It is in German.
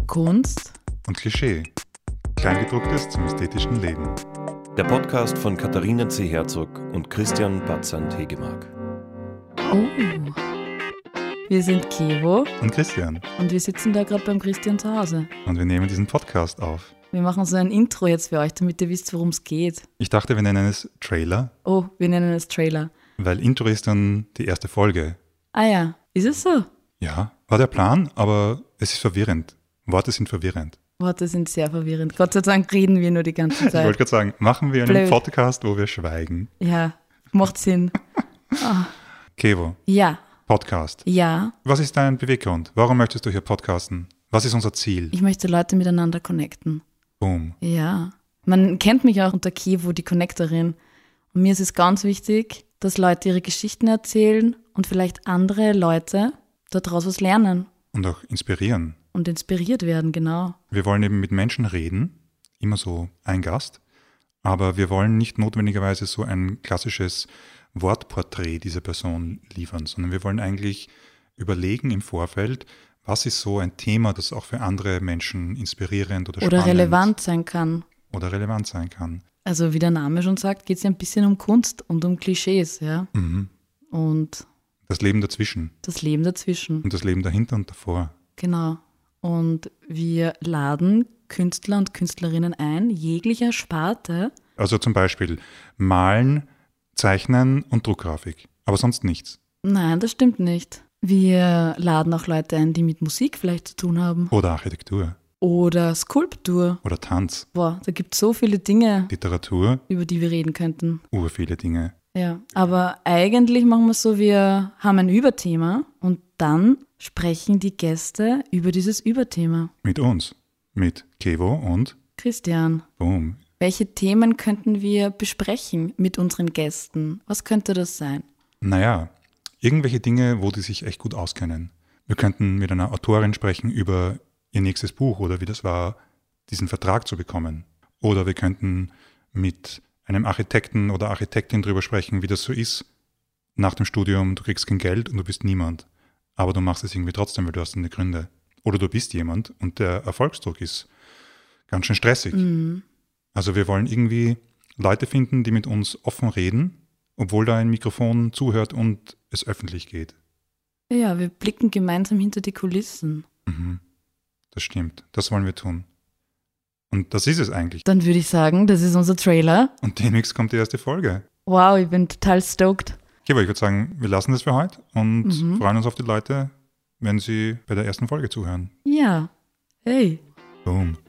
Kunst und Klischee. Kleingedrucktes zum ästhetischen Leben. Der Podcast von Katharina C. Herzog und Christian Batzand-Hegemark. Oh, wir sind Kevo Und Christian. und wir sitzen da gerade beim Christian zu Hause. Und wir nehmen diesen Podcast auf. Wir machen so ein Intro jetzt für euch, damit ihr wisst, worum es geht. Ich dachte, wir nennen es Trailer, Oh, wir nennen es Trailer. weil Intro ist dann die erste Folge. Ah ja, ist es so? Ja, war der Plan, aber es ist verwirrend. Worte sind verwirrend. Worte sind sehr verwirrend. Gott sei Dank reden wir nur die ganze Ich Zeit. wollte gerade sagen, machen wir einen Blöd. Podcast, wo wir schweigen. Ja, macht Sinn. Kevo, Ja, Podcast. ja, Was ist dein Beweggrund? Warum möchtest du hier podcasten? Was ist unser Ziel? ich möchte Leute miteinander connecten. Boom. Ja, man kennt mich auch unter Kevo, die Connectorin. Und mir ist es ganz wichtig, dass Leute ihre Geschichten erzählen und vielleicht andere Leute daraus was lernen Und auch inspirieren. und inspiriert werden, genau. Wir wollen eben mit Menschen reden, immer so ein Gast, aber wir wollen nicht notwendigerweise so ein klassisches Wortporträt dieser Person liefern, sondern wir wollen eigentlich überlegen im Vorfeld, was ist so ein Thema, das auch für andere Menschen inspirierend oder spannend relevant sein kann. oder relevant sein kann. Also wie der Name schon sagt, geht es ja ein bisschen um Kunst und um Klischees, ja. Und Das Leben dazwischen das Leben dazwischen, und das Leben dahinter und davor. genau. Und wir laden Künstler und Künstlerinnen ein, jeglicher Sparte. Also zum Beispiel Malen, Zeichnen und Druckgrafik, aber sonst nichts. Nein, das stimmt nicht. Wir laden auch Leute ein, die mit Musik vielleicht zu tun haben. Oder Architektur Oder Skulptur. oder Tanz, Boah, da gibt es so viele Dinge, Literatur, über die wir reden könnten. viele Dinge. Ja, aber eigentlich machen wir es so, wir haben ein Überthema und dann sprechen die Gäste über dieses Überthema. Mit uns, mit Kevo und Christian, Boom. welche Themen könnten wir besprechen mit unseren Gästen? Was könnte das sein? Naja, irgendwelche Dinge, wo die sich echt gut auskennen. Wir könnten mit einer Autorin sprechen über ihr nächstes Buch oder wie das war, diesen Vertrag zu bekommen. Oder wir könnten mit einem Architekten oder Architektin drüber sprechen, wie das so ist. Nach dem Studium, du kriegst kein Geld und du bist niemand. Aber du machst es irgendwie trotzdem, weil du hast deine Gründe. Oder du bist jemand und der Erfolgsdruck ist ganz schön stressig. Also wir wollen irgendwie Leute finden, die mit uns offen reden, obwohl da ein Mikrofon zuhört und es öffentlich geht. Ja, wir blicken gemeinsam hinter die Kulissen. Das stimmt, das wollen wir tun. Und das ist es eigentlich. Dann würde ich sagen, das ist unser Trailer. Und demnächst kommt die erste Folge. Wow, ich bin total stoked. Okay, aber ich würde sagen, wir lassen das für heute und freuen uns auf die Leute, wenn sie bei der ersten Folge zuhören. Ja, hey. Boom.